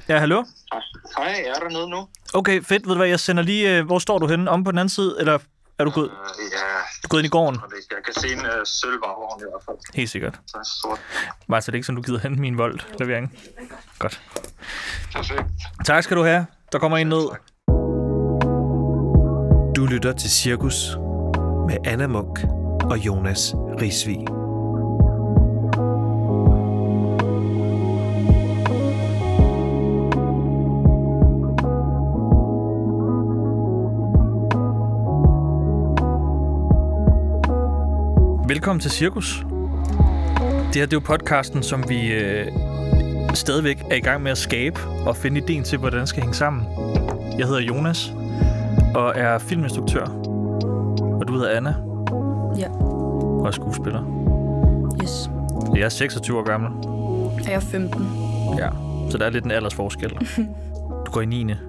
Ja, hallo? Hej, jeg er dernede nu. Okay, fedt. Ved du hvad, jeg sender lige... hvor står du henne? Om på den anden side, eller er du gået, du gået ind i gården? Jeg kan se en sølvvarvogn i hvert fald. Helt sikkert. Så sort. Var det ikke, som du gider hente min voldlevering? Godt. Perfekt. Tak skal du have. Der kommer en ned. Du lytter til Cirkus med Anna Munk og Jonas Risvig. Velkommen til Cirkus. Det her det er jo podcasten, som vi stadigvæk er i gang med at skabe og finde ideen til, hvordan det skal hænge sammen. Jeg hedder Jonas og er filminstruktør. Og du hedder Anna. Ja. Og er skuespiller. Yes. Jeg er 26 år gammel. Jeg er 15. Ja, så der er lidt en aldersforskel. Du går i 9. Ja.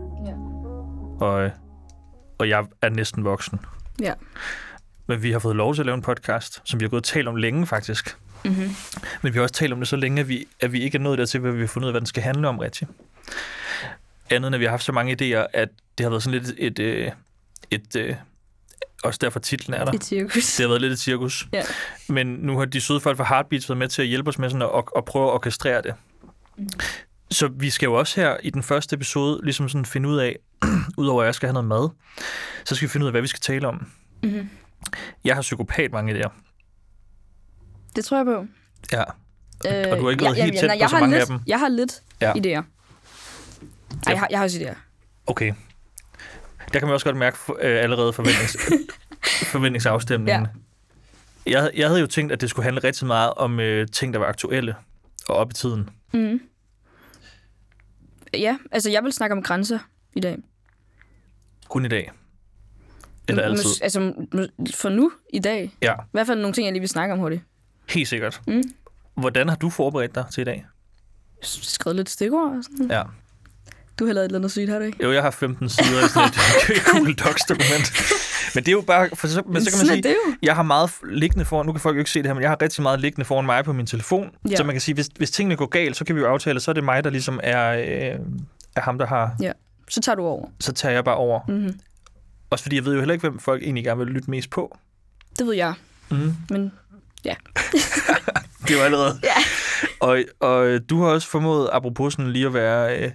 Og jeg er næsten voksen. Ja. Men vi har fået lov til at lave en podcast, som vi har gået og talt om længe, faktisk. Mm-hmm. Men vi har også talt om det så længe, at vi ikke er nået dertil, hvad vi har fundet ud af, hvad den skal handle om, rigtig. Andet end, at vi har haft så mange idéer, at det har været sådan lidt et også derfor titlen er der. Et cirkus. Det har været lidt et cirkus. Ja. Men nu har de søde folk fra Heartbeats været med til at hjælpe os med sådan at prøve at orkestrere det. Mm. Så vi skal jo også her i den første episode ligesom sådan finde ud af, udover at jeg skal have noget mad, så skal vi finde ud af, hvad vi skal tale om. Mm-hmm. Jeg har psykopat mange idéer. Det tror jeg på. Ja. Og du har ikke været helt tæt på så mange af dem. Jeg har lidt idéer. Jeg har også idéer. Okay. Der kan man også godt mærke allerede forventningsafstemningen. Ja. Jeg havde jo tænkt, at det skulle handle rigtig meget om ting, der var aktuelle og op i tiden. Mm. Ja, altså jeg vil snakke om grænser i dag. Kun i dag? Eller altid? Altså for nu, i dag. Ja. I hvert fald nogle ting, jeg lige vil snakke om hurtigt. Helt sikkert. Mm. Hvordan har du forberedt dig til i dag? Skrevet lidt stikord og sådan. Ja. Du har lavet et eller andet sygt, har du ikke? Jo, jeg har 15 sider i sådan et Google Docs-dokument. Men det er jo bare... så kan man sige, jeg har meget liggende foran... Nu kan folk jo ikke se det her, men jeg har rigtig meget liggende foran mig på min telefon. Ja. Så man kan sige, hvis tingene går galt, så kan vi jo aftale, så er det mig, der ligesom er ham, der har... Ja, så tager du over. Så tager jeg bare over. Mm-hmm. Også fordi jeg ved jo heller ikke, hvem folk egentlig gerne vil lytte mest på. Det ved jeg. Mm. Men ja. Det er jo allerede. Ja. Og du har også formået, apropos sådan lige at være...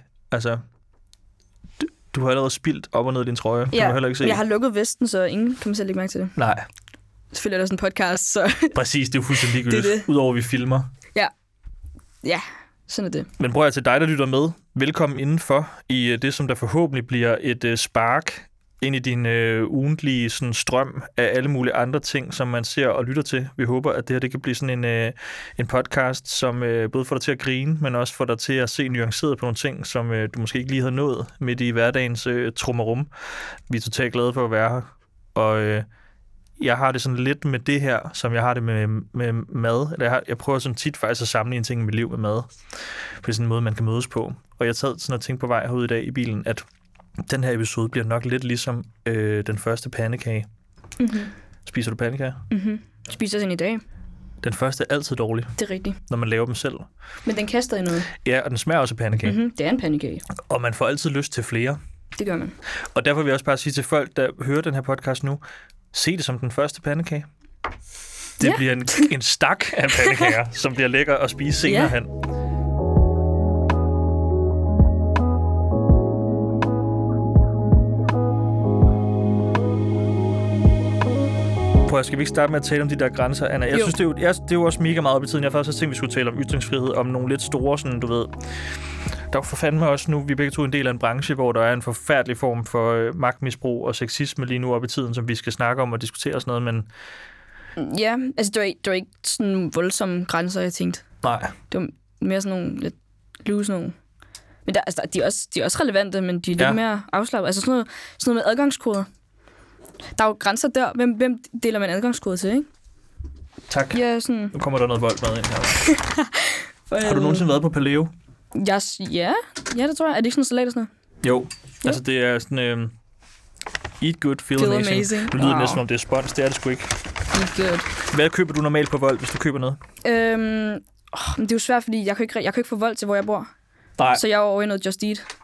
Du har allerede spildt op og ned i din trøje. Ja, heller ikke se. Jeg har lukket vesten, så ingen kan man selv ikke mærke til det. Nej. Selvfølgelig er der også en podcast, så... Præcis, det er jo fuldstændig ligegyldigt, udover at vi filmer. Ja, sådan er det. Men prøv at til dig, der lytter med. Velkommen indenfor i det, som der forhåbentlig bliver et spark ind i din ugentlige sådan, strøm af alle mulige andre ting, som man ser og lytter til. Vi håber, at det her det kan blive sådan en podcast, som både får dig til at grine, men også får dig til at se nuanceret på nogle ting, som du måske ikke lige havde nået midt i hverdagens trummerum. Vi er totalt glade for at være her. Og jeg har det sådan lidt med det her, som jeg har det med mad. Eller jeg prøver sådan tit faktisk at sammenligne en ting i mit liv med mad. På sådan en måde, man kan mødes på. Og jeg sad sådan og tænkte på vej herude i dag i bilen, at den her episode bliver nok lidt ligesom den første pandekage. Mm-hmm. Spiser du pandekager? Mm-hmm. Spiser den i dag. Den første er altid dårlig. Det er rigtigt. Når man laver dem selv. Men den kaster i noget. Ja, og den smager også af pandekage. Mm-hmm. Det er en pandekage. Og man får altid lyst til flere. Det gør man. Og derfor vil jeg også bare sige til folk, der hører den her podcast nu, se det som den første pandekage. Det bliver en stak af pandekager, som bliver lækker at spise senere hen. Skal vi ikke starte med at tale om de der grænser, Anna? Jeg synes, det er jo også mega meget op i tiden. Jeg har faktisk tænkt, vi skulle tale om ytringsfrihed, om nogle lidt store, sådan, du ved... Der er for fandme også nu, vi er begge to en del af en branche, hvor der er en forfærdelig form for magtmisbrug og sexisme lige nu op i tiden, som vi skal snakke om og diskutere og sådan noget, men... Ja, altså det var ikke sådan voldsomme grænser, jeg tænkte. Nej. Det var mere sådan nogle lidt loose nogle. Men de er også relevante, men de er lidt mere afslappet. Altså sådan noget med adgangskoder. Der er jo grænser der. Hvem deler man adgangskode til, ikke? Tak. Ja, sådan... Nu kommer der noget voldmad ind her. Har du nogensinde været på Paleo? Ja, det tror jeg. Er det ikke sådan en salat og sådan noget? Jo. Altså det er sådan... Eat good, feel amazing. Det lyder næsten som det er spons. Det er det sgu ikke. Eat good. Hvad køber du normalt på Volt, hvis du køber noget? Men det er jo svært, fordi jeg kan ikke få Volt til, hvor jeg bor. Nej. Så jeg var over i noget Just Eat.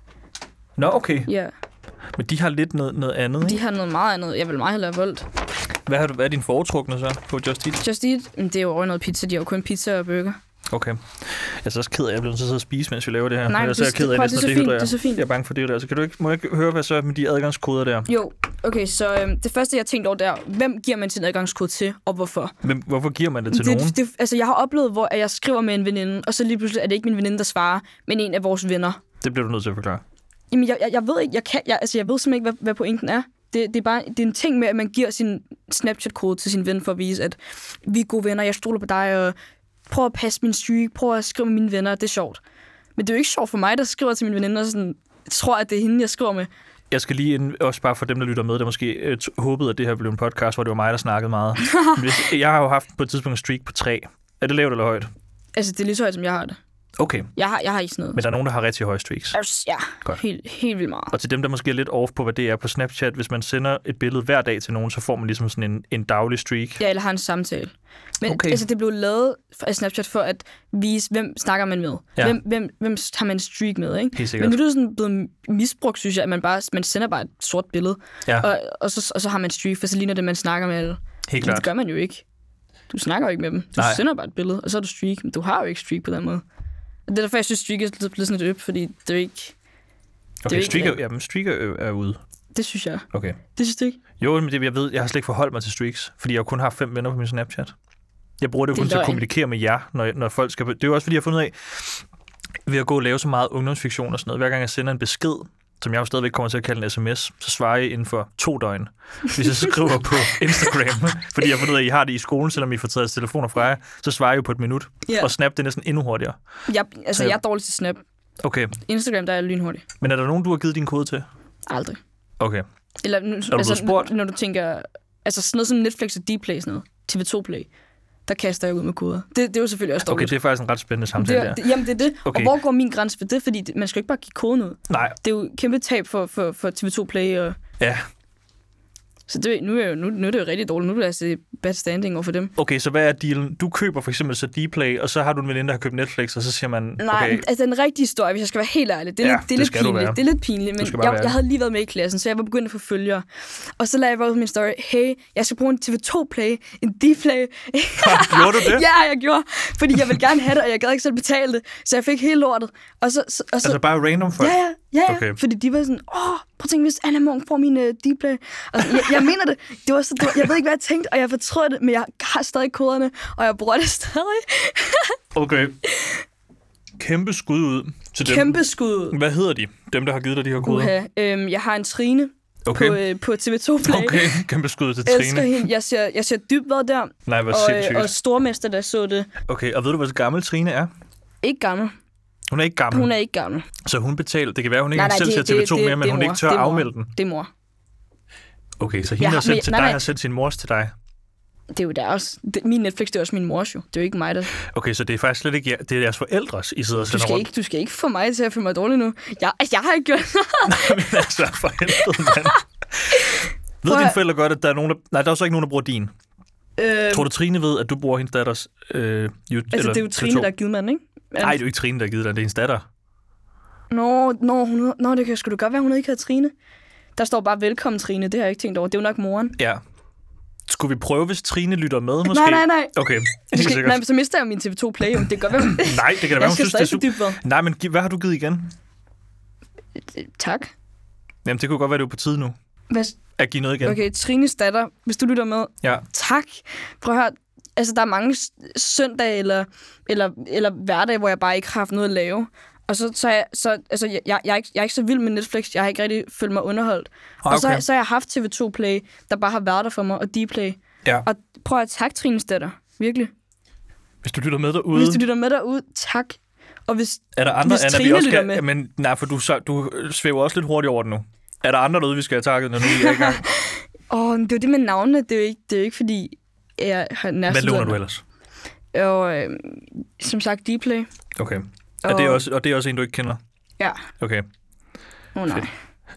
Nå, okay. Ja. Men de har lidt noget andet, De ikke? har noget meget andet. Jeg vil meget hellere have Volt. Hvad er din foretrukne så på Just Eat? Just Eat, det er jo over i noget pizza. De har jo kun pizza og burger. Okay. Jeg er så også ked af, at jeg bliver nødt til at sidde og spise, mens vi laver det her. Nej, Ellers er jeg ked af, det er så fint. Det er så fint. Jeg er bange for det der. Så må jeg ikke høre, hvad så med de adgangskoder der? Jo, okay, så det første, jeg tænkte over, det er, hvem giver man sin adgangskode til, og hvorfor? Men hvorfor giver man det til nogen? Altså, jeg har oplevet, hvor jeg skriver med en veninde, og så lige pludselig er det ikke min veninde, der svarer, men en af vores venner. Det bliver du nødt til at forklare. Jamen, jeg ved ikke, jeg ved simpelthen ikke, hvad pointen er. Det er en ting med, at man giver sin Snapchat-kode til sin ven for at vise, at vi er gode venner, jeg stoler på dig, og prøv at passe min streak, prøv at skrive med mine venner, det er sjovt. Men det er jo ikke sjovt for mig, der skriver til mine venner, og sådan, tror, at det er hende, jeg skriver med. Jeg skal lige også bare for dem, der lytter med, der måske håbede, at det her blev en podcast, hvor det var mig, der snakkede meget. Jeg har jo haft på et tidspunkt en streak på 3. Er det lavt eller højt? Altså, det er lige så højt, som jeg har det. Okay. Jeg har ikke sådan noget. Men der er nogen, der har rigtig høje streaks. Ja, godt. Helt vildt meget. Og til dem, der måske er lidt off på, hvad det er på Snapchat, hvis man sender et billede hver dag til nogen, så får man ligesom sådan en daglig streak. Ja, eller har en samtale. Men okay. Altså, det blev lavet af Snapchat for at vise, hvem snakker man med. Ja. Hvem har man en streak med, ikke? Helt sikkert. Men nu er det sådan blevet misbrugt, synes jeg, at man sender bare et sort billede, ja. og så har man streak, for så ligner det, man snakker med alle. Helt klart. Det gør man jo ikke. Du snakker jo ikke med dem. Du sender bare et billede, og så er du streak. Men du har jo ikke streak på den måde. Og det er derfor, jeg synes, streak er blevet sådan lidt fordi det er ikke... Okay, streaker er ude. Det synes jeg. Okay. Det synes du ikke? Jo, men jeg ved, jeg har slet ikke forholdt mig til streaks, fordi jeg kun har 5 venner på min Snapchat. Jeg bruger det kun til at kommunikere med jer, når folk skal... Det er jo også, fordi jeg har fundet ud af, ved at gå og lave så meget ungdomsfiktion og sådan noget, hver gang jeg sender en besked, som jeg jo stadigvæk kommer til at kalde en sms, så svarer jeg inden for 2 døgn. Hvis jeg skriver på Instagram, fordi jeg har fundet ud af, at I har det i skolen, selvom I får taget telefoner fra jer, så svarer jeg jo på 1 minut. Yeah. Og Snap, det er næsten endnu hurtigere. Jeg er dårlig til Snap. Okay. Instagram, der er lynhurtig. Men er der nogen, du har givet din kode til? Aldrig. Okay. Eller når du tænker... Altså sådan noget som Netflix og Dplay, sådan noget. TV2 Play. Der kaster jeg ud med koder. Det er jo selvfølgelig også dårligt. Okay, det er faktisk en ret spændende samtale der. Jamen, det er det. Okay. Og hvor går min grænse for det? Fordi man skal jo ikke bare give koden ud. Nej. Det er jo kæmpe tab for TV2 Play. Og... Ja. Så nu er det jo rigtig dårligt. Nu er det altså bad standing over for dem. Okay, så hvad er dealen? Du køber for eksempel så Dplay, og så har du en veninde, der har købt Netflix, og så siger man... Nej, okay, altså den rigtige historie, hvis jeg skal være helt ærlig, det er lidt pinligt. Det er lidt pinligt, men jeg havde lige været med i klassen, så jeg var begyndt at få følgere. Og så lagde jeg ud min story, hey, jeg skal bruge en TV2 Play, en Dplay. Gjorde du det? Ja, jeg gjorde, fordi jeg ville gerne have det, og jeg gad ikke selv betale det, så jeg fik hele lortet. Og så altså bare random folk? Ja, okay. Fordi de var sådan, prøv at tænke, hvis Anna Munk får min Dplay. Altså, jeg mener det. Det var så, jeg ved ikke, hvad jeg tænkte, og jeg fortrød det, men jeg har stadig koderne, og jeg bruger det stadig. Okay. Kæmpe skud ud til dem. Kæmpe skud. Hvad hedder de? Dem, der har givet dig de her koder? Jeg har en Trine på TV2 Play. Okay, kæmpe skud til Trine. Elsker hende. Jeg ser Dybvad der. Nej, hvor sindssygt. Og Stormester, der så det. Okay, og ved du, hvor gammel Trine er? Ikke gammel. Hun er ikke gammel? Hun er ikke gammel. Så hun betaler... Det kan være, hun ikke selv ser TV2 mere, men hun ikke tør afmelde den? Det er mor. Okay, så hende har sendt til dig, har sendt sin mors til dig? Det er jo deres. Min Netflix, det er også min mors jo. Det er jo ikke mig, der... Okay, så det er faktisk slet ikke... Det er deres forældres, I sidder og sender rundt. Du skal ikke få mig til at føle mig dårlig nu. Jeg har ikke gjort Nej, men altså, for helvede, mand. Ved dine forældre godt, at der er nogen, der... Nej, der er så ikke nogen, der bruger din. Tror du, Trine ved, at du bruger hendes datters... altså, det er jo Trine, der har givet mig den, ikke? Nej, det er jo ikke Trine, der har givet dig. Det er hendes datter. Nå, det kan sgu da godt være, hun ikke hedder Trine. Der står bare, velkommen Trine. Det har jeg ikke tænkt over. Det er jo nok moren. Ja. Skulle vi prøve, hvis Trine lytter med, måske? Nej. Okay, nej, så mister jeg min TV2 Play. Det kan godt være. Nej, det kan da være, hun synes, det er super. Nej, men hvad har du givet igen? Tak. Jamen, det kunne godt være, det var på tide nu. Hvad? At give noget igen. Okay, Trines datter, hvis du lytter med. Ja. Tak. Prøv at høre. Altså, der er mange søndage eller hverdage, hvor jeg bare ikke har haft noget at lave. Og jeg er ikke så vild med Netflix. Jeg har ikke rigtig følt mig underholdt. Okay. Og så har jeg haft TV2 Play, der bare har været der for mig, og Dplay. Ja. Og prøv at takke Trines datter. Virkelig. Hvis du lytter med derude. Tak. Og hvis er der andre, Anna, vi også skal... med? Men nej, for du svæver også lidt hurtigt over det nu. Er der andre derude, vi skal have takket, når nu I er i gang? Det er jo det med navnene. Det er jo ikke fordi, jeg har nærmest... Hvad låner du ellers? Og som sagt, Dplay. Okay. Og det er også en, du ikke kender? Ja. Okay. Nej.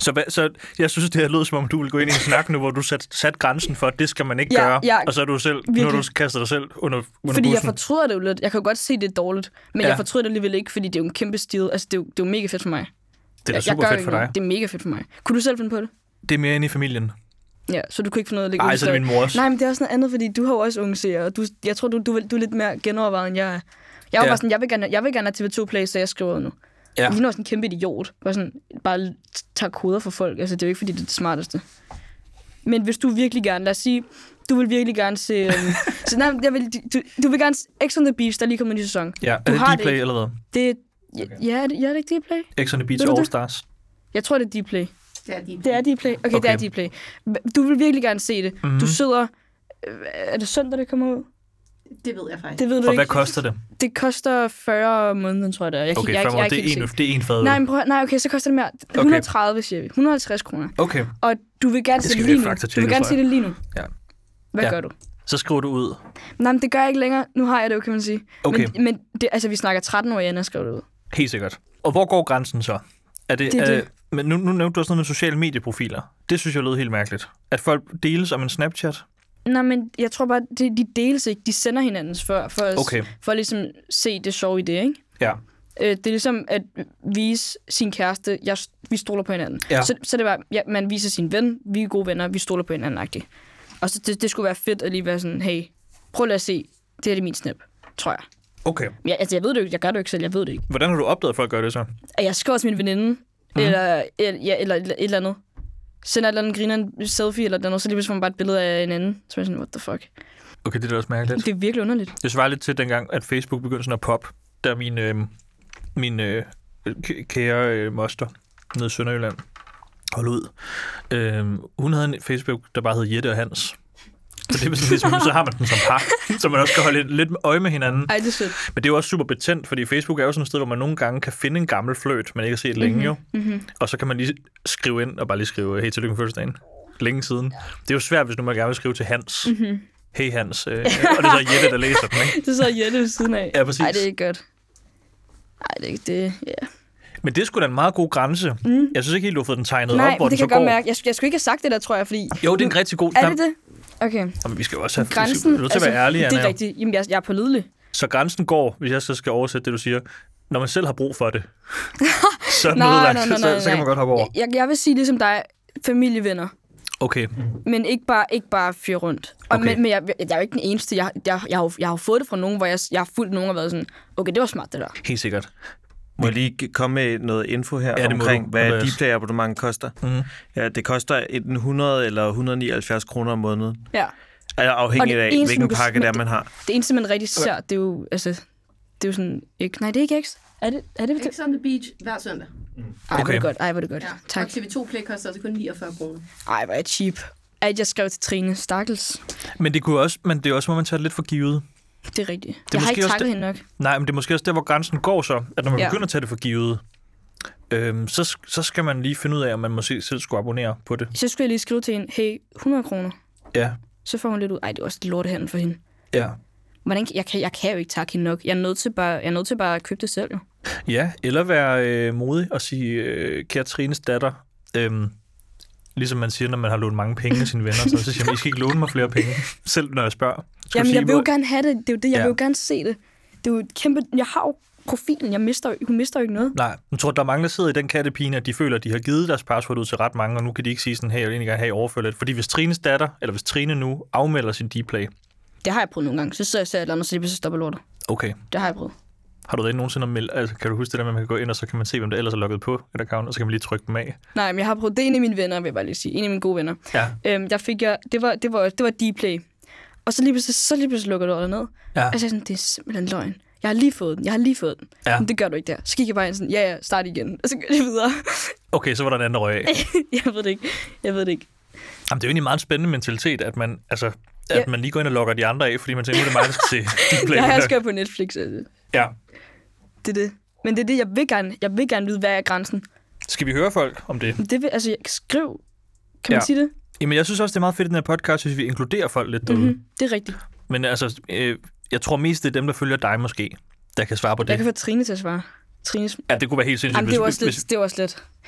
Så jeg synes, det her lød, som om du vil gå ind i en snak nu, hvor du sat grænsen for, at det skal man ikke gøre, og så er du selv, nu har du kastet dig selv under fordi bussen. jeg fortryder det jo lidt. Jeg kan jo godt se, det er dårligt, men jeg fortryder det alligevel ikke, fordi det er jo en kæmpe stil. Altså, det er jo mega fedt for mig. Det er super fedt for dig. Det er mega fedt for mig. Kunne du selv finde på det? Det er mere inde i familien. Ja, så du kunne ikke finde noget at lægge ud. Nej, så er det min mors. Nej, men det er også noget andet, fordi du har jo også unge seere, og jeg tror, du er lidt mere genovervejet, end jeg er. Jeg var bare sådan, jeg vil gerne have TV2 Play, så jeg skriver nu. Ja. Jeg ligner også en kæmpe idiot. Bare tager koder for folk. Altså, det er jo ikke, fordi det er det smarteste. Men hvis du virkelig gerne, lad os sige, du vil virkelig gerne se... så nej, du vil gerne X on the Beach, der lige kommer en ny sæson. Ja, du er det Dplay eller hvad? Det ja, er det ikke Dplay? X on the Beach All Stars. Jeg tror, det er Dplay. Det er Dplay. Okay, det er Dplay. Du vil virkelig gerne se det. Mm-hmm. Du sidder... Er det søndag, det kommer ud? Det ved jeg faktisk. Det ved du og ikke. Hvad koster det? Det koster 40 om måneden, tror jeg det er. Okay, 40 det er en fadøl. Nej, okay, så koster det mere. 130, siger vi. 150 kroner. Okay. Og du vil gerne se det lige nu. Du vil gerne se det lige nu. Ja. Hvad gør du? Så skriver du ud. Nej, men det gør jeg ikke længere. Nu har jeg det jo, kan man sige. Okay. Men det, altså, vi snakker 13 år, Anna skriver det ud. Helt sikkert. Og hvor går grænsen så? Er det. Men nu nævnte du også noget med sociale medieprofiler. Det synes jeg lød helt mærkeligt. At folk deles om en Snapchat. Nej, men jeg tror bare, de deles ikke. De sender hinandens for at ligesom se det sjove i det, ikke? Ja. Det er ligesom at vise sin kæreste, vi stoler på hinanden. Ja. Så det var, man viser sin ven, vi er gode venner, vi stoler på hinanden-agtigt. Og så det skulle være fedt at lige være sådan, hey, prøv lige at se, det er min snap, tror jeg. Okay. Ja, altså, jeg ved det ikke, jeg gør det ikke selv, jeg ved det ikke. Hvordan har du opdaget, at folk gør det så? At jeg skriver til min veninde, eller et eller andet. Sender et eller andet griner en selfie eller noget, så lige pludselig får man bare et billede af en anden. Så er jeg sådan, what the fuck? Okay, det er også mærkeligt. Det er virkelig underligt. Det svarer lidt til dengang, at Facebook begyndte sådan at pop, der min kære moster nede i Sønderjylland. Hold ud. Hun havde en Facebook, der bare hed Jette og Hans. Så det er sådan, ligesom, så har man den som par, så man også kan holde lidt øje med hinanden. Ej, det er sødt. Men det er jo også super betændt, fordi Facebook er jo sådan et sted, hvor man nogle gange kan finde en gammel fløjt, man ikke har set længe jo. Mm-hmm. Og så kan man lige skrive ind og bare lige skrive, hey, tillykke med fødselsdagen. Længe siden. Det er jo svært, hvis nu man gerne vil skrive til Hans. Mm-hmm. Hey Hans. Og det er så Jette, der læser den, ikke? Det er så Jette ved siden af. Ja, præcis. Ej, det er ikke godt. Ej, det er ikke det, ja. Men det er sgu da en meget god grænse. Jeg synes ikke helt, du har fået den tegnet op, hvor den så går. Nej, det kan jeg godt mærke. Jeg skulle ikke have sagt det der, tror jeg, fordi... Jo, det er en rigtig god... Er det det? Okay. Jamen, vi skal jo også have... Grænsen, vi skal til at være ærlige, det er rigtigt. Jamen, jeg er pålidelig. Så grænsen går, hvis jeg så skal oversætte det, du siger, når man selv har brug for det. Så nej, så kan man godt hoppe over. Jeg vil sige ligesom dig, familievenner. Okay. Men ikke bare fyre rundt. Okay. Men jeg er jo ikke den eneste. Jeg har jo fået det fra nogen, hvor jeg har fulgt nogen og været sådan, okay, det var smart det der. Helt sikkert. Må jeg lige komme med noget info her omkring, hvad Dplay-abonnement koster? Mm. Ja, det koster 100 eller 179 kroner om måneden. Ja. Afhængigt af, hvilken pakke der man har. Det eneste, man rigtig ser, det er jo, altså, det er jo sådan, ikke, nej, det er ikke X. Er det X on the Beach hver søndag. Ej, hvor er det godt. Ja. Tak. Og TV2 Play koster altså kun 49 kroner. Ej, hvor er det cheap. Jeg skrev til Trine, stakkels. Men det er også, hvor man tager det lidt for givet. Det er rigtigt. Jeg har ikke takket hende nok. Nej, men det er måske også der, hvor grænsen går så, at når man begynder at tage det for givet, så skal man lige finde ud af, om man måske selv skulle abonnere på det. Så skulle jeg lige skrive til hende, hey, 100 kroner. Ja. Så får hun lidt ud. Ej, det er også et lortehandel for hende. Ja. Hvordan, jeg kan jo ikke takke hende nok. Jeg er nødt til bare at købe det selv, jo. Ja, eller være modig og sige, kære Trines datter, ligesom man siger, når man har lånt mange penge af sine venner, så siger man, I skal ikke låne mig flere penge, selv når jeg spørger. Jamen, jeg vil jo gerne have det. Det er jo det, jeg vil jo gerne se det. Det er jo et kæmpe... Jeg har jo profilen. Hun mister jo ikke noget. Nej, jeg tror, der er mange, der sidder i den kattepine, at de føler, at de har givet deres password ud til ret mange, og nu kan de ikke sige sådan, hey, jeg vil egentlig gerne have overført lidt. Fordi hvis Trines datter, eller hvis Trine nu afmelder sin Dplay... Det har jeg prøvet nogle gange. Så sidder jeg et eller andet, så lige stopper lortet. Okay. Det har jeg prøvet. Har du da ikke nogensinde meldt? Altså, kan du huske det der med, at man kan gå ind, og så kan man se, hvem der ellers er logget på et account, og så kan man lige trykke dem af? Nej, men jeg har prøvet det. En af mine venner, vil jeg bare lige sige. En af mine gode venner. Ja. Der fik jeg... Det var Dplay. Og så lige pludselig lukker lortet ned. Ja. Og så er sådan, det er simpelthen løgn. Jeg har lige fået den. Ja. Men det gør du ikke der. Så gik jeg bare ind sådan, ja, start igen. Og så gør jeg videre. Okay, så var der en anden røg af. Jeg ved det ikke. Jamen, det er jo egentlig en meget spændende mentalitet, at man, man lige går ind og logger de andre af, fordi man tænker, nu er det mig, der skal se Dplay. Jeg har skrevet på Netflix. Altså. Ja. Det er det. Men det er det, jeg vil gerne vide, hvad er grænsen. Skal vi høre folk om det? Det vil, altså, skriv. Kan man sige det? Jamen, jeg synes også, det er meget fedt i den her podcast, hvis vi inkluderer folk lidt derude. Mm-hmm. Det er rigtigt. Men altså, jeg tror mest, det er dem, der følger dig måske, der kan svare på det. Jeg kan få Trine til at svare. Trines... Ja, det kunne være helt sindssygt. Jamen, det er også lidt.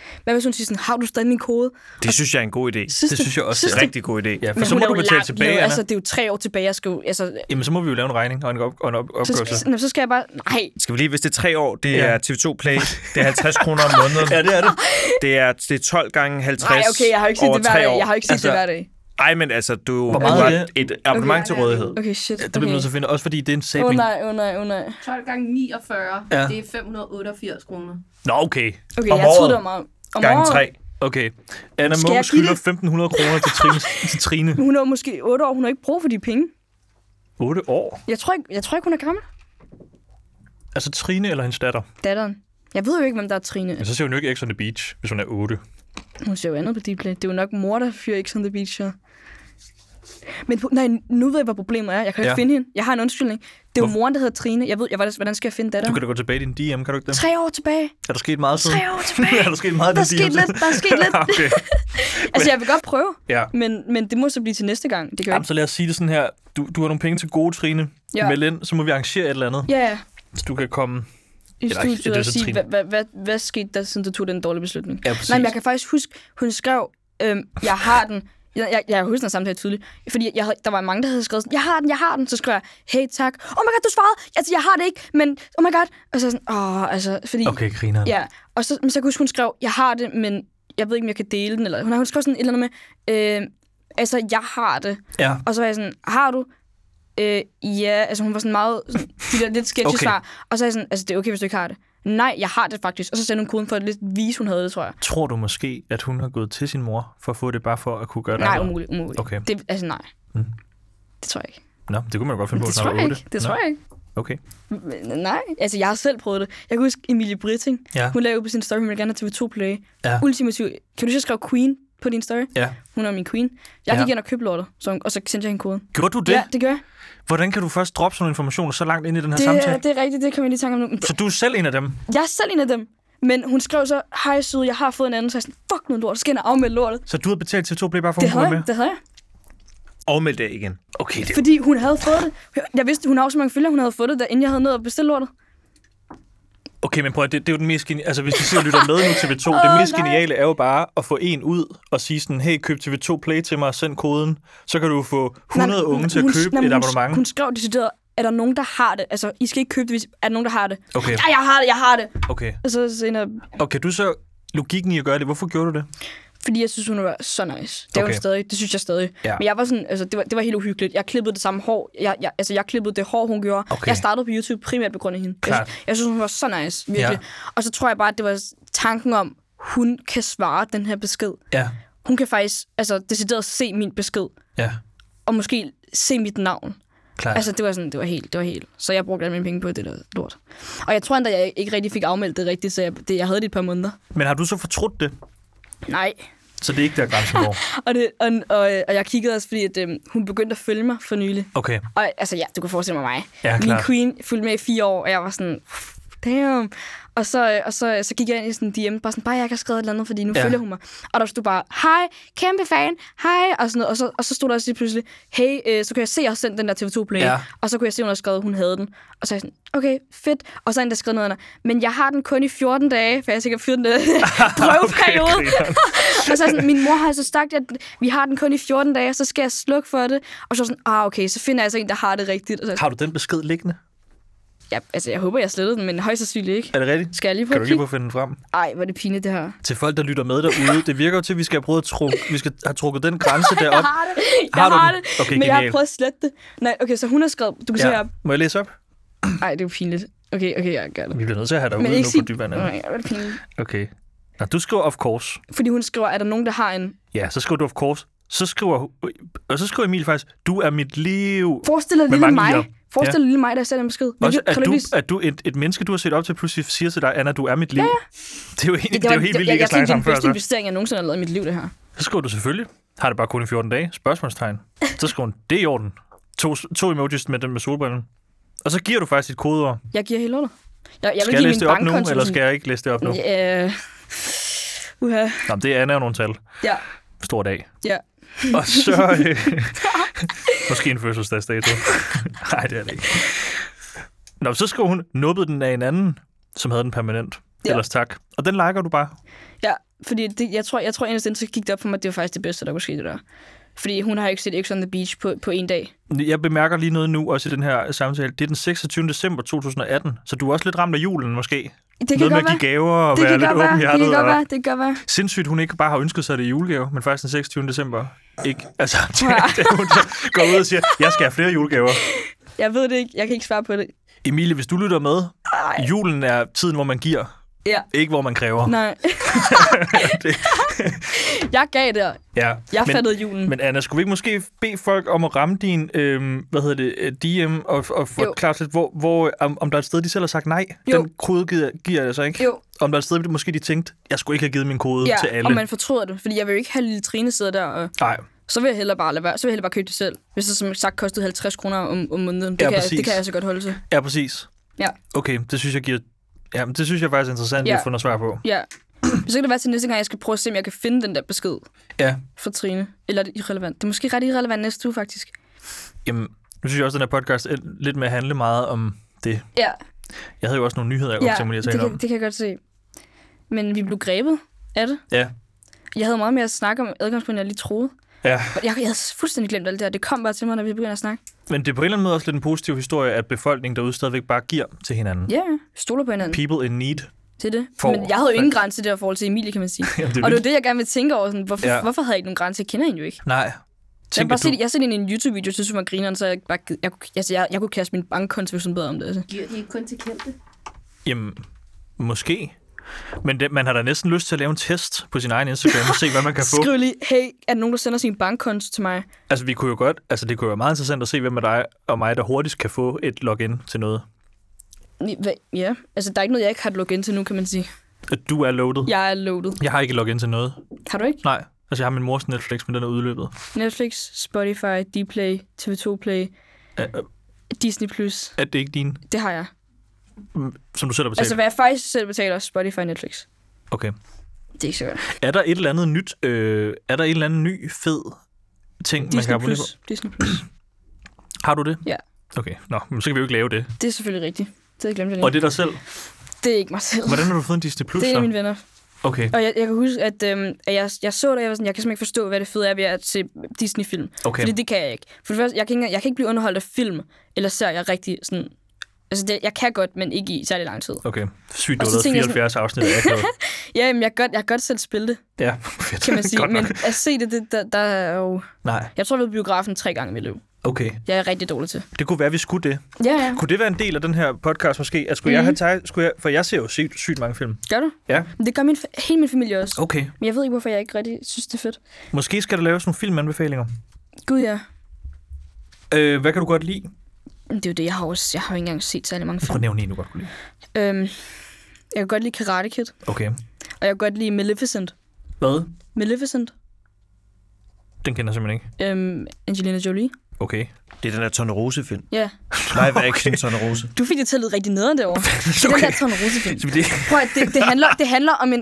Hvad hvis hun siger sådan, har du stadig min kode? Det synes jeg er en god idé. Det synes jeg også Det er en rigtig god idé. Ja, for Men så må du betale tilbage, Anna. altså, det er jo 3 år tilbage, jeg skal jo... Altså, Jamen, så må vi jo lave en regning og en opgørelse. så skal jeg bare... Nej. Skal vi lige, hvis det er 3 år, det er TV2 Play, det er 50 kroner om måneden. Ja, det er det. Det er 12 gange 50 Nej, okay, jeg har ikke set over det hver 3 år. dag. Jeg har ikke set det hver dag. Ej, men altså, du Hvor meget har er det? et abonnement til rådighed. Okay, shit. Det bliver vi nødt til at finde, også fordi det er en saving. Nej. 12 gange 49, Ja. det er 588 kroner. Nå, okay. Okay, Om jeg troede, året. det var meget... Om Gange året. 3. Okay. Anna Skal Munk jeg give skylder 1.500 kroner til Trine. Hun er måske 8 år. Hun har ikke brug for de penge. 8 år? Jeg tror ikke, hun er gammel. Altså Trine eller hendes datter? Datteren. Jeg ved jo ikke, hvem der er Trine. Men så ser hun jo ikke X on the Beach, hvis hun er 8. Hun ser jo andet på Dplay. Det er jo nok mor, der fyrer X on the Beach. Ja. Men nu ved jeg, hvad problemet er. Jeg kan ikke finde hende. Jeg har en undskyldning. Det er jo moren, der hedder Trine. Jeg ved, hvordan skal jeg finde datteren? Du kan da gå tilbage i din DM, kan du ikke det? 3 år tilbage. Er der sket meget siden? 3 år tilbage. Er der sket meget i Der er din sket DM? lidt. Der er sket lidt. Okay. Altså, jeg vil godt prøve. Ja. Men det må så blive til næste gang. Det kan Jamen, så lad os sige det sådan her. Du har nogle penge til gode, Trine. Ja. Meld ind, så må vi arrangere et eller andet. Ja. Så du kan komme... I Eller ikke, studiet det er og så sige, Trine. hvad skete der, siden du tog den dårlige beslutning? Ja, præcis. Nej, men jeg kan faktisk huske, hun skrev, jeg har den. Jeg husker den samtidig tydeligt. Fordi der var mange, der havde skrevet sådan, jeg har den. Så skrev jeg, hey, tak. Oh my god, du svarede. Altså, jeg har det ikke, men oh my god. Og så sådan, fordi... Okay, griner. Ja, og så kan jeg huske, hun skrev, jeg har det, men jeg ved ikke, om jeg kan dele den. Eller hun skrev sådan et eller andet med, jeg har det. Ja. Og så var jeg sådan, har du? Ja, altså hun var sådan meget, sådan, de der lidt sketchy svar. Og så er jeg sådan, altså det er okay, hvis du ikke har det. Nej, jeg har det faktisk. Og så sendte hun koden for at lidt vise, hun havde det, tror jeg. Tror du måske, at hun har gået til sin mor for at få det, bare for at kunne gøre det? Nej, umuligt. Okay. Det, altså nej. Det tror jeg ikke. Nå, det kunne man godt finde på, Det når tror der jeg er 8. ikke. Det tror jeg ikke. Okay. Nej, altså jeg har selv prøvet det. Jeg kan huske Emilie Britting. Ja. Hun lavede på sin story, hun ville gerne have TV2 Play. Ja. Ultimativ. Kan du så skrive Queen på din story? Ja. Hun er min queen. Jeg gik ind og købte lortet, og så sendte jeg hende koden. Gjorde du det? Ja, det gør jeg. Hvordan kan du først droppe sådan information så langt ind i den her samtale? Det er rigtigt, det kan man lige tænke om nu. Så du er selv en af dem? Jeg er selv en af dem. Men hun skrev så, hej søde, jeg har fået en anden. Så jeg sådan, fuck noget lort, så skal jeg afmelde lortet. Så du havde betalt til 2 Play bare for, Det at hun kunne være med? havde jeg. Og meld det igen. Okay, det... Fordi hun havde fået det. Jeg vidste, hun har så mange følgere, hun havde fået det, inden jeg havde nået at bestille lortet. Okay, men prøv at, det er jo den mest geniale... Altså, hvis du sidder og lytter med nu til TV2, det mest geniale er jo bare at få en ud og sige sådan, hey, køb TV2 Play til mig og send koden. Så kan du få 100 unge til at købe et abonnement. Hun skrev decideret, er der nogen, der har det? Altså, I skal ikke købe det, hvis er der nogen, der har det? Okay. Ja, jeg har det. Okay. Og så senere... Okay, du så logikken i at gøre det. Hvorfor gjorde du det? Fordi jeg synes, hun var så nice. Det er hun stadig. Det synes jeg stadig. Ja. Men jeg var sådan, altså, det var helt uhyggeligt. Jeg klippede det samme hår. Jeg klippede det hår, hun gjorde. Okay. Jeg startede på YouTube primært på grund af hende. Klart. Jeg synes, hun var så nice. Virkelig. Ja. Og så tror jeg bare, at det var tanken om, hun kan svare den her besked. Ja. Hun kan faktisk decideret se min besked. Ja. Og måske se mit navn. Klart. Altså, det var helt. Så jeg brugte alle mine penge på det der lort. Og jeg tror endda, jeg ikke rigtig fik afmeldt det rigtigt, så jeg havde det et par måneder. Men har du så fortrudt det? Nej. Så det er ikke der grænsen går? Og jeg kiggede også, fordi at, hun begyndte at følge mig for nylig. Okay. Og altså, ja, du kan forestille mig. Ja, Min klart. queen fulgte med i 4 år, og jeg var sådan, damn. Og så gik jeg ind i sådan DM, bare sådan, bare jeg kan skrive et eller andet, fordi nu følger hun mig. Og der stod bare, hej, kæmpe fan, hej, og sådan noget. Og så stod der også lige pludselig, hey, så kunne jeg se, at jeg har sendt den der TV2 Play. Ja. Og så kunne jeg se, at hun havde skrevet, at hun havde den. Og så er jeg sådan, okay, fedt. Og så er der skrevet noget andet. Men jeg har den kun i 14 dage, for jeg har sikkert fyret den der prøveperiode. Okay, og så er sådan, min mor har så sagt, at vi har den kun i 14 dage, så skal jeg slukke for det. Og så sådan, okay, så finder jeg altså en, der har det rigtigt. Og så, har du den besked liggende? ja, altså, jeg håber, jeg slettede den, men højst sandsynligt ikke. Er det rigtigt? Skal jeg lige prøve Kan du at lige kigge? prøve at finde den frem? Ej, hvor er det pinligt, det her. Til folk, der lytter med derude, det virker jo til, at vi skal have prøvet vi skal have trukket den grænse derop. Jeg har det. Har du Jeg har den? det. Okay, men jeg har genial. prøvet at slette det. Nej, okay, så hun har skrevet, du kan se her. Må jeg læse op? Ej, det er jo pinligt. Okay, jeg gør det. Vi bliver nødt til at have dig Men ude ikke nu sige... på dybvandet. Nej, hvor er det pinligt. Okay. Nå, du skriver of course. Fordi hun skriver, er der nogen, der har en... Ja, så skriver du of course. Så skriver Emil faktisk, du er mit liv. Forestil dig lille mange mig. i'er. Forestil dig lille mig, der sætter en besked. Også, Kan at du et menneske, du har set op til, pludselig siger til dig, Anna, du er mit liv. Ja. Det er jo helt vildt, ikke at snakke sammen før. Det er den bedste investering, jeg nogensinde har lavet i mit liv, det her. Så skriver du selvfølgelig, har det bare kun i 14 dage, spørgsmålstegn. Så skriver hun, det er i orden. To emojis med den med solbrillen. Og så giver du faktisk et kodeord. Jeg giver helt under. Jeg vil Skal jeg give læse min det op nu, bankkonto eller sådan- skal jeg ikke læse det op nu? Uha. Nå, det er Anna jo nogle tal. Ja. Stor dag. Ja. Og så... måske en fødselsdagsdato. Nej, det er det ikke. Nå, så skriver hun, nubbede den af en anden, som havde den permanent. Ja. Ellers tak. Og den liker du bare. Ja, fordi jeg tror endelig, så gik det op for mig, at det var faktisk det bedste, der kunne ske det der. Fordi hun har jo ikke set X on the Beach på en dag. Jeg bemærker lige noget nu, også i den her samtale. Det er den 26. december 2018, så du er også lidt ramt af julen, måske. Det kan noget godt med at give gaver og være lidt åbenhjertet. Det kan være. Sindssygt, hun ikke bare har ønsket sig det i julegave, men faktisk den 26. december ikke. Altså, det hun går ud og siger, jeg skal have flere julegaver. Jeg ved det ikke. Jeg kan ikke svare på det. Emilie, hvis du lytter med, julen er tiden, hvor man giver. Ja. Ikke, hvor man kræver. Nej. Jeg gav der. Ja. Jeg fattede julen. Men Anna, skulle vi ikke måske bede folk om at ramme din DM og forklare lidt, om der er et sted, de selv har sagt nej? Jo. Den kode giver jeg altså ikke? Jo. Om der er et sted, måske de tænkte, jeg skulle ikke have givet min kode til alle. Ja, og man fortryder det, fordi jeg vil jo ikke have lille Trine sidde der og... Nej. Så vil jeg hellere bare lade være. Så vil jeg hellere bare købe det selv. Hvis det som sagt kostede 50 kroner om måneden. Det kan jeg så godt holde til. Ja, præcis. Ja. Okay, det synes jeg giver... Ja, det synes jeg faktisk er interessant at få noget svar på. Ja. Så kan det være til næste gang, jeg skal prøve at se, om jeg kan finde den der besked for Trine. Eller er det irrelevant? Det er måske ret irrelevant næste uge, faktisk. Jamen, nu synes jeg også, at den her podcast er lidt med at handle meget om det. Ja. Jeg havde jo også nogle nyheder, jeg godt tænke mig lige at tale om. Det kan jeg godt se. Men vi blev grebet af det. Ja. Jeg havde meget mere at snakke om adgangspunkter, end jeg lige troede. Ja. Jeg havde fuldstændig glemt alt det her. Det kom bare til mig, når vi begynder at snakke. Men det er på en eller anden måde også lidt en positiv historie, at befolkningen derude stadigvæk bare giver til hinanden. Ja, stoler på hinanden. People in need. Det er det. Men jeg havde jo ingen grænse der i forhold til Emilie, kan man sige. Jamen, og det er det, jeg gerne vil tænke over. Sådan, hvorfor havde jeg ikke nogen grænse? Jeg kender hende jo ikke. Nej. Jeg har set hende i en YouTube-video, synes jeg var grineren, så jeg kunne kaste min bankkonto, hvis hun bad om det. Altså. Giver de ikke kun til kendte? Jamen, måske. Men man har da næsten lyst til at lave en test på sin egen Instagram og se, hvad man kan få. Skriv lige, hey, er der nogen, der sender sin bankkonto til mig? Altså, vi kunne jo godt, det kunne være meget interessant at se, hvem af dig og mig, der hurtigst kan få et login til noget. Ja, altså der er ikke noget, jeg ikke har et login til nu, kan man sige. Du er loaded? Jeg er loaded. Jeg har ikke et login til noget. Har du ikke? Nej, altså jeg har min mors Netflix, men den er udløbet. Netflix, Spotify, Dplay, TV2 Play, Disney+. Er det ikke din? Det har jeg. Som du selv har betalt? Altså, hvad jeg faktisk selv betaler, Spotify og Netflix. Okay. Det er ikke så godt. Er der et eller andet nyt, er der en eller anden ny, fed ting, Disney man kan abonnere på? Disney+. Har du det? Ja. Okay, men så kan vi jo ikke lave det. Det er selvfølgelig rigtigt. Det glemte jeg lige. Og det er dig selv? Det er ikke mig selv. Hvordan har du fået en Disney+? Det er en af mine venner. Okay. Og jeg kan huske, at jeg så det, og jeg var sådan, jeg kan simpelthen ikke forstå, hvad det fede er ved at se Disney-film. Okay. Fordi det kan jeg ikke. For det første, jeg kan ikke blive underholdt af film, eller serier rigtig sådan... Altså, jeg kan godt, men ikke i særlig lang tid. Okay. Sygt, du har lavet 74 afsnit af akavet. Ja, men jeg kan godt selv spille det. Ja, fedt. Kan man sige. Men at se det, der er jo... Nej. Jeg tror, jeg har været biografen 3 gange i mit liv. Okay. Jeg er rigtig dårlig til. Det kunne være, at vi skulle det. Ja. Kunne det være en del af den her podcast måske? At for jeg ser jo sygt mange film. Gør du? Ja. Men det gør hele min familie også. Okay. Men jeg ved ikke, hvorfor jeg ikke rigtig synes, det er fedt. Måske skal der laves nogle filmanbefalinger. Gud, ja. Hvad kan du godt lide? Det er jo det, jeg har jo ikke engang set særlig mange film. Prøv at nævne en, du godt kunne lide. Jeg kan godt lide Karate Kid. Okay. Og jeg kan godt lide Maleficent. Hvad? Maleficent. Den kender jeg simpelthen ikke. Angelina Jolie. Okay. Det er den der Tornerose-film. Ja. Live action Tornerose. Du fik det til at lyde rigtig nederen derovre. Det er den der Tornerose-film. Prøv at, det handler om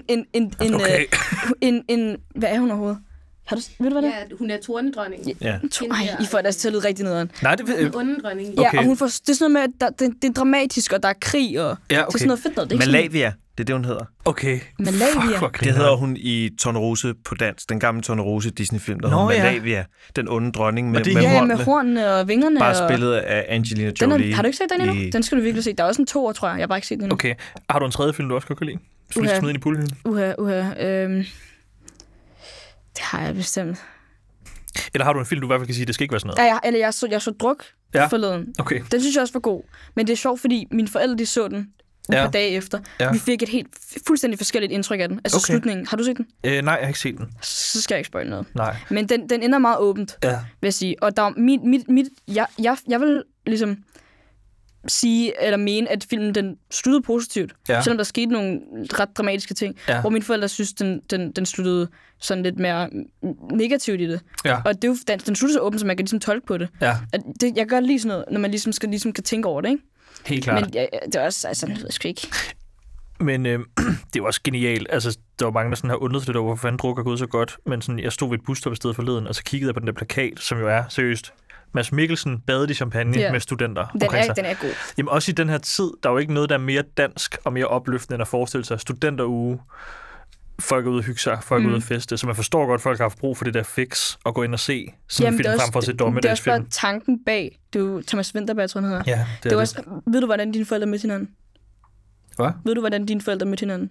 en hvad er hun overhovedet? Ved du, hvad det er? Ja, hun er tornedronning. Ja. I får det til at lyde rigtig nederen. Nej, det er ondedronning. Ja, og hun får, det er sådan noget med, at det er dramatisk, og der er krig, og det er sådan noget fedt noget. Malavia, det er det, hun hedder. Okay. Malavia. Det hedder hun i Tornerose på dansk. Den gamle Tornerose Disney-film, der hedder Malavia. Den onde dronning med hornene. Ja, med hornene og vingerne. Bare spillet af Angelina Jolie. Har du ikke set den endnu? Den skal du virkelig se. Der er også en 2'er, tror jeg. Jeg har bare ikke set den endnu. Okay. Har du en tredje film, du også kan lide? Så vi skal smide ind i pullehylden. Det har jeg bestemt. Eller har du en film, du i hvert fald kan sige, det skal ikke være sådan noget? Ja, jeg så Druk forleden. Okay. Den synes jeg også var god. Men det er sjovt, fordi mine forældre, de så den et par dage efter. Ja. Vi fik et helt fuldstændig forskelligt indtryk af den. Altså slutningen. Har du set den? Nej, jeg har ikke set den. Så skal jeg ikke spoile noget. Nej. Men den ender meget åbent, vil jeg sige. Og der jeg vil ligesom sige eller mene, at filmen den sluttede positivt, selvom der skete nogle ret dramatiske ting, hvor mine forældre synes, den sluttede sådan lidt mere negativt i det. Ja. Og det er jo, den sluttede så åbent, så man kan ligesom tolke på det. Ja. Jeg kan godt lide sådan noget, når man ligesom kan tænke over det, ikke? Helt klart. Men det er også, altså, jeg ved sgu ikke. Men det er jo også genialt. Altså, der var mange, der sådan har undret lidt over, hvorfor fanden Druk er gået så godt. Men sådan, jeg stod ved et busstop i stedet forleden, og så kiggede jeg på den der plakat, som jo er seriøst. Mads Mikkelsen badede i champagne med studenter. Den er god. Jamen også i den her tid, der er jo ikke noget, der er mere dansk og mere opløftende end at forestille sig studenteruge folk er ude at hygge sig, folk er ude at feste, så man forstår godt, at folk har haft brug for det der fix og gå ind og se sådan en film frem for at se dommedagsfilm. Det er også bare tanken bag. Det er jo Thomas Vinterberg, tror jeg, han hedder. Ja, det er også, ved du, hvordan dine forældre mødte hinanden? Hvad? Ved du, hvordan dine forældre mødte hinanden?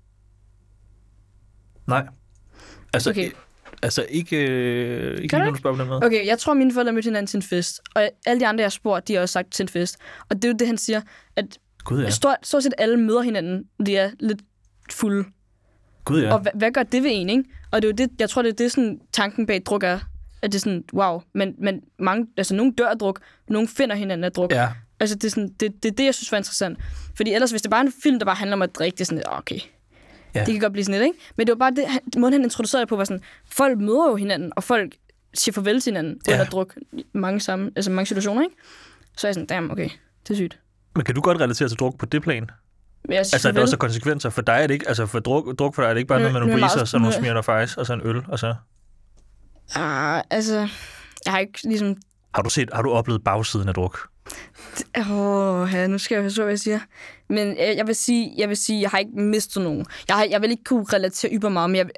Nej. Altså, okay. Ikke lige nu spørger på den måde. Okay, jeg tror, mine forældre mødte hinanden til en fest. Og alle de andre, jeg har spurgt, de har også sagt til en fest. Og det er jo det, han siger, at stort set alle møder hinanden, når de er lidt fulde. Gud, ja. Og hvad gør det ved en, ikke? Og det er jo det, jeg tror, det er det, sådan, tanken bag druk er. At det er sådan, wow. Men mange, altså nogle dør af druk, nogle finder hinanden af druk. Ja. Altså det er, sådan, det er det, jeg synes var interessant. Fordi ellers, hvis det bare er en film, der bare handler om at drikke, det er sådan, okay. Ja. Det kan godt blive sådan lidt, ikke? Men det var bare det, måden han introducerede på, var sådan, folk møder jo hinanden, og folk siger farvel til hinanden, under druk, mange situationer, ikke? Så er jeg sådan, damn, okay, det er sygt. Men kan du godt relatere til druk på det plan? Altså, er der også konsekvenser? For dig er det ikke, altså for druk for dig er det ikke bare noget med nogle breezer, så nogle smier og ice, og så en øl, og så... Altså, jeg har ikke ligesom... Har du oplevet bagsiden af druk? Nu skal jeg høre, hvad jeg siger. Men jeg vil sige, jeg har ikke mistet nogen. Jeg vil ikke kunne relatere yber meget, men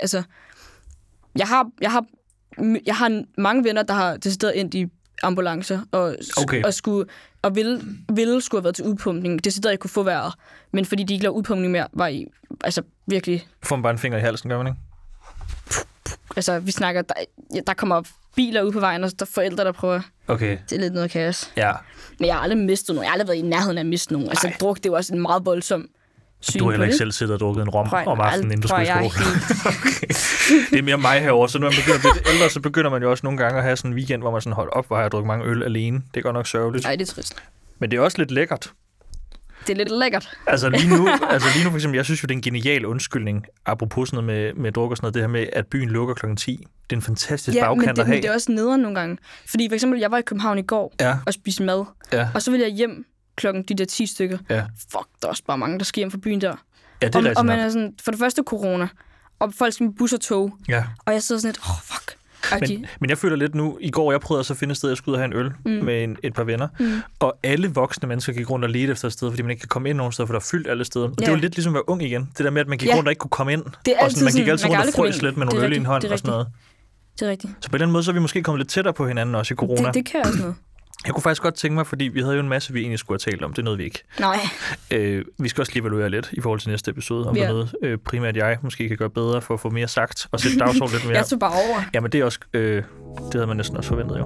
jeg har mange venner, der har decideret ind i ambulancer og ville skulle have været til udpumpning. Decideret ikke kunne få vejret, men fordi de ikke lavede udpumpning mere, var I altså virkelig... Får man bare en finger i halsen, gør man ikke? Altså, vi snakker, der kommer biler ud på vejen, og der er forældre, der prøver. Okay. Det er lidt noget kaos. Ja. Men jeg har aldrig mistet nogen. Jeg har aldrig været i nærheden af at miste nogen. Altså, druk, det er jo også en meget voldsom syn. Du har heller ikke selv siddet og drukket en rom om aftenen, inden du skulle i skole. Okay. Det er mere mig herovre, så når man begynder at blive lidt ældre, så begynder man jo også nogle gange at have sådan en weekend, hvor man sådan holdt op, hvor jeg har drukket mange øl alene. Det er godt nok sørgeligt. Nej, det er trist. Men det er også lidt lækkert. Det er lidt lækkert. Altså lige nu for eksempel, jeg synes jo, det er en genial undskyldning, apropos sådan noget med druk og sådan noget, det her med, at byen lukker kl. 10. Det er en fantastisk bagkant at have. Men det er også nederen nogle gange. Fordi for eksempel, jeg var i København i går og spiste mad, og så ville jeg hjem klokken de der 10 stykker. Ja. Fuck, der er også bare mange, der skal hjem fra byen der. Ja, det er rigtigt. Og man er sådan, for det første corona, og folk skal med bus og tog, og jeg sidder sådan lidt, fuck. Men jeg føler lidt nu, i går jeg prøvede så at finde et sted, jeg skulle ud og have en øl med et par venner, og alle voksne mennesker gik rundt og ledte efter et sted, fordi man ikke kan komme ind nogen steder, for der er fyldt alle steder. Og det var lidt ligesom at være ung igen. Det der med, at man gik rundt og ikke kunne komme ind. Og sådan, man gik altid rundt og frøs lidt med nogle øl i en hånd og sådan noget. Det er rigtigt. Så på den måde, så er vi måske kommet lidt tættere på hinanden også i corona. Det kan også noget. Jeg kunne faktisk godt tænke mig, fordi vi havde jo en masse, vi egentlig skulle have talt om. Det nåede vi ikke. Nej. Vi skal også lige evaluere lidt i forhold til næste episode, om der er noget primært jeg måske kan gøre bedre for at få mere sagt og sætte dagsorden lidt mere. Jeg tog bare over. Jamen det er også, det havde man næsten også forventet jo.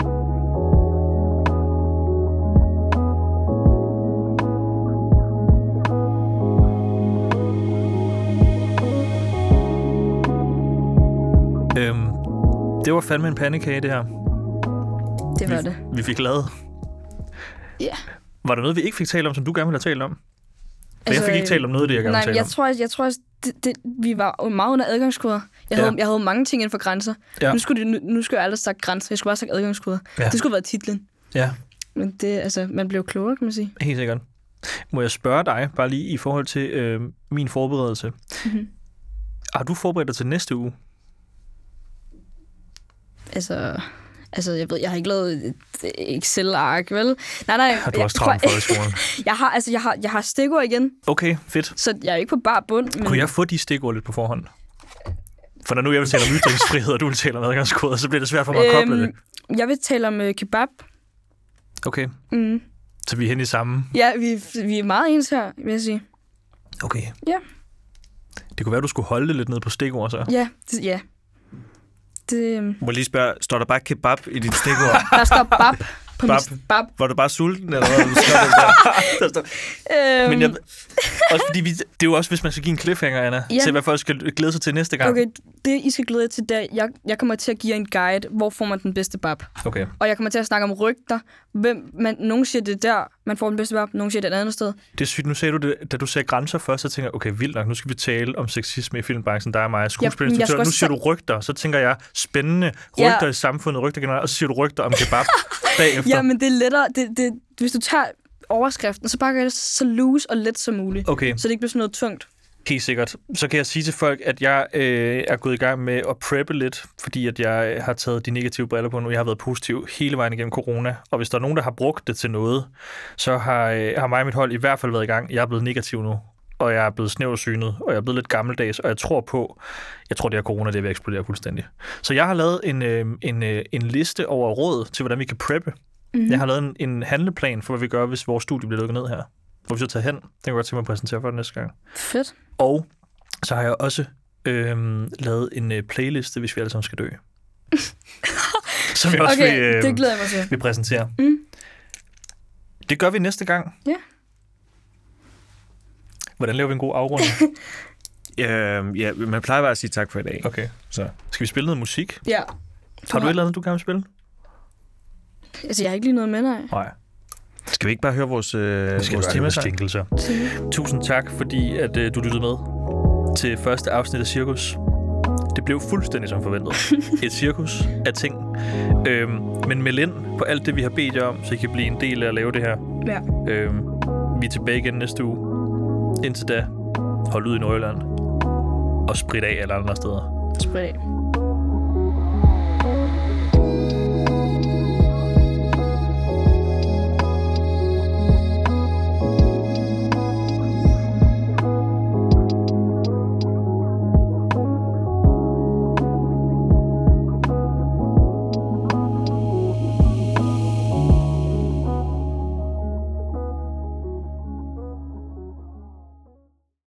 Det var fandme en pandekage, det her. Det var det. Vi fik lavet. Ja. Yeah. Var der noget, vi ikke fik talt om, som du gerne ville have talt om? For jeg fik ikke talt om noget af det, jeg gerne ville tale om. Jeg tror også, vi var meget under adgangskoder. Jeg havde mange ting inden for grænser. Ja. Nu skulle jeg aldrig sagt grænser. Jeg skulle bare sagt adgangskoder. Ja. Det skulle have været titlen. Ja. Men det, altså, man blev klogere, kan man sige. Helt sikkert. Må jeg spørge dig, bare lige i forhold til min forberedelse. Mm-hmm. Har du forberedt dig til næste uge? Altså, jeg har ikke lavet et Excel-ark, vel? Nej. Har du også travlt for i skolen? Jeg har stikord igen. Okay, fedt. Så jeg er ikke på bar bund. Men... Kunne jeg få de stikord lidt på forhånd? For når nu jeg vil tale om ytringsfrihed, og du vil tale om adgangskoder, så bliver det svært for mig at koble det. Jeg vil tale om kebab. Okay. Så vi er henne i samme? Ja, vi er meget ens her, vil jeg sige. Okay. Ja. Det kunne være, du skulle holde det lidt ned på stikord, så. Ja. Må jeg lige spørge, står der bare kebab i dit stikord? Der står bab på mit bab. Var du bare sulten, eller hvad? Men også fordi det er jo også, hvis man skal give en cliffhanger, Anna, til hvad folk skal glæde sig til næste gang. Okay, det I skal glæde jer til, det jeg kommer til at give jer en guide, hvor får man den bedste bab. Okay. Og jeg kommer til at snakke om rygter. Nogen siger det der, man får den bedste bab, nogen siger det et andet sted. Det er sygt. Nu sagde du det, da du sagde grænser først, så tænker jeg, okay, vildt nok, nu skal vi tale om sexisme i filmbranchen, der er mig, skuespillinstruktør. Nu siger du rygter, så tænker jeg, spændende rygter i samfundet, rygter generelt, og så siger du rygter om kebab bagefter. Ja, men det er lettere, hvis du tager overskriften, så bare gør det så loose og let som muligt, okay. Så det ikke bliver sådan noget tungt. Helt sikkert. Så kan jeg sige til folk, at jeg er gået i gang med at preppe lidt, fordi at jeg har taget de negative briller på nu. Jeg har været positiv hele vejen igennem corona, og hvis der er nogen, der har brugt det til noget, så har mig og mit hold i hvert fald været i gang. Jeg er blevet negativ nu. og jeg er blevet snæversynet, og jeg er blevet lidt gammeldags, og jeg tror, det her corona, det vil eksplodere fuldstændig. Så jeg har lavet en liste over råd til, hvordan vi kan preppe. Mm-hmm. Jeg har lavet en handleplan for, hvad vi gør, hvis vores studie bliver lukket ned her. Hvor vi så tager hen. Den kan jeg godt tænke mig at præsentere for den næste gang. Fedt. Og så har jeg også lavet en playliste, hvis vi alle sammen skal dø. Som jeg også det glæder jeg mig til. vil præsentere. Mm. Det gør vi næste gang. Ja. Hvordan laver vi en god afrunding? Ja, man plejer bare at sige tak for i dag. Okay. Så skal vi spille noget musik? Ja. Har du et eller andet, du gerne vil spille? Altså, jeg har ikke lige noget med, Nej. Skal vi ikke bare høre vores jingle så? Tusind tak, fordi at du lyttede med til første afsnit af Cirkus. Det blev fuldstændig som forventet. Et cirkus af ting. Men meld ind på alt det, vi har bedt jer om, så I kan blive en del af at lave det her. Ja. Vi er tilbage igen næste uge. Indtil da, hold ud i Nordjylland. Og sprit af alle andre steder. Sprit af.